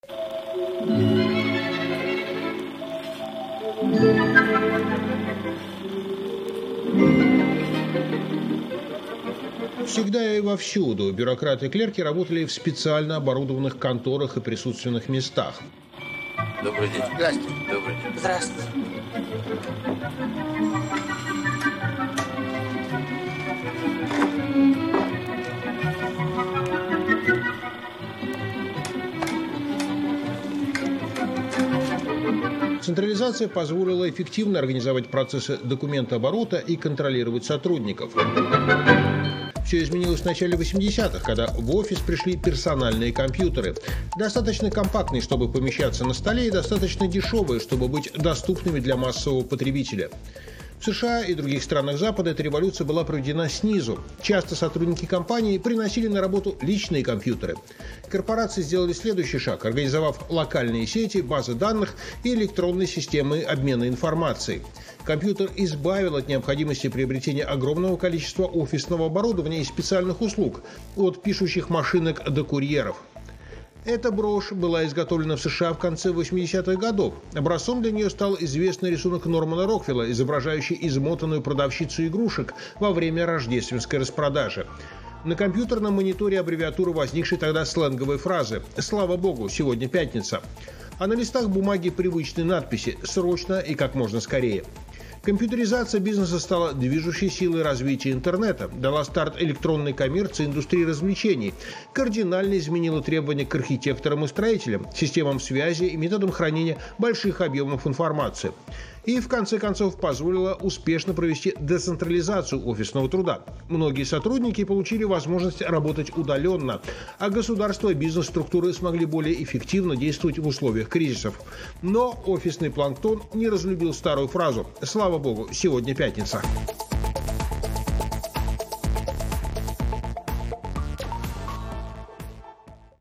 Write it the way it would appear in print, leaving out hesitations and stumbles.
Всегда и вовсюду бюрократы и клерки работали в специально оборудованных конторах и присутственных местах. Добрый день. Здрасте. Добрый день. Здравствуйте. Централизация позволила эффективно организовать процессы документооборота и контролировать сотрудников. Все изменилось в начале 80-х, когда в офис пришли персональные компьютеры. Достаточно компактные, чтобы помещаться на столе, и достаточно дешевые, чтобы быть доступными для массового потребителя. В США и других странах Запада эта революция была проведена снизу. Часто сотрудники компании приносили на работу личные компьютеры. Корпорации сделали следующий шаг, организовав локальные сети, базы данных и электронные системы обмена информацией. Компьютер избавил от необходимости приобретения огромного количества офисного оборудования и специальных услуг, от пишущих машинок до курьеров. Эта брошь была изготовлена в США в конце 80-х годов. Образцом для нее стал известный рисунок Нормана Роквелла, изображающий измотанную продавщицу игрушек во время рождественской распродажи. На компьютерном мониторе аббревиатура возникшей тогда сленговой фразы «Слава богу, сегодня пятница», а на листах бумаги привычные надписи «Срочно и как можно скорее». Компьютеризация бизнеса стала движущей силой развития интернета, дала старт электронной коммерции и индустрии развлечений, кардинально изменила требования к архитекторам и строителям, системам связи и методам хранения больших объемов информации. И, в конце концов, позволила успешно провести децентрализацию офисного труда. Многие сотрудники получили возможность работать удаленно, а государство и бизнес-структуры смогли более эффективно действовать в условиях кризисов. Но офисный планктон не разлюбил старую фразу «Слава богу, сегодня пятница».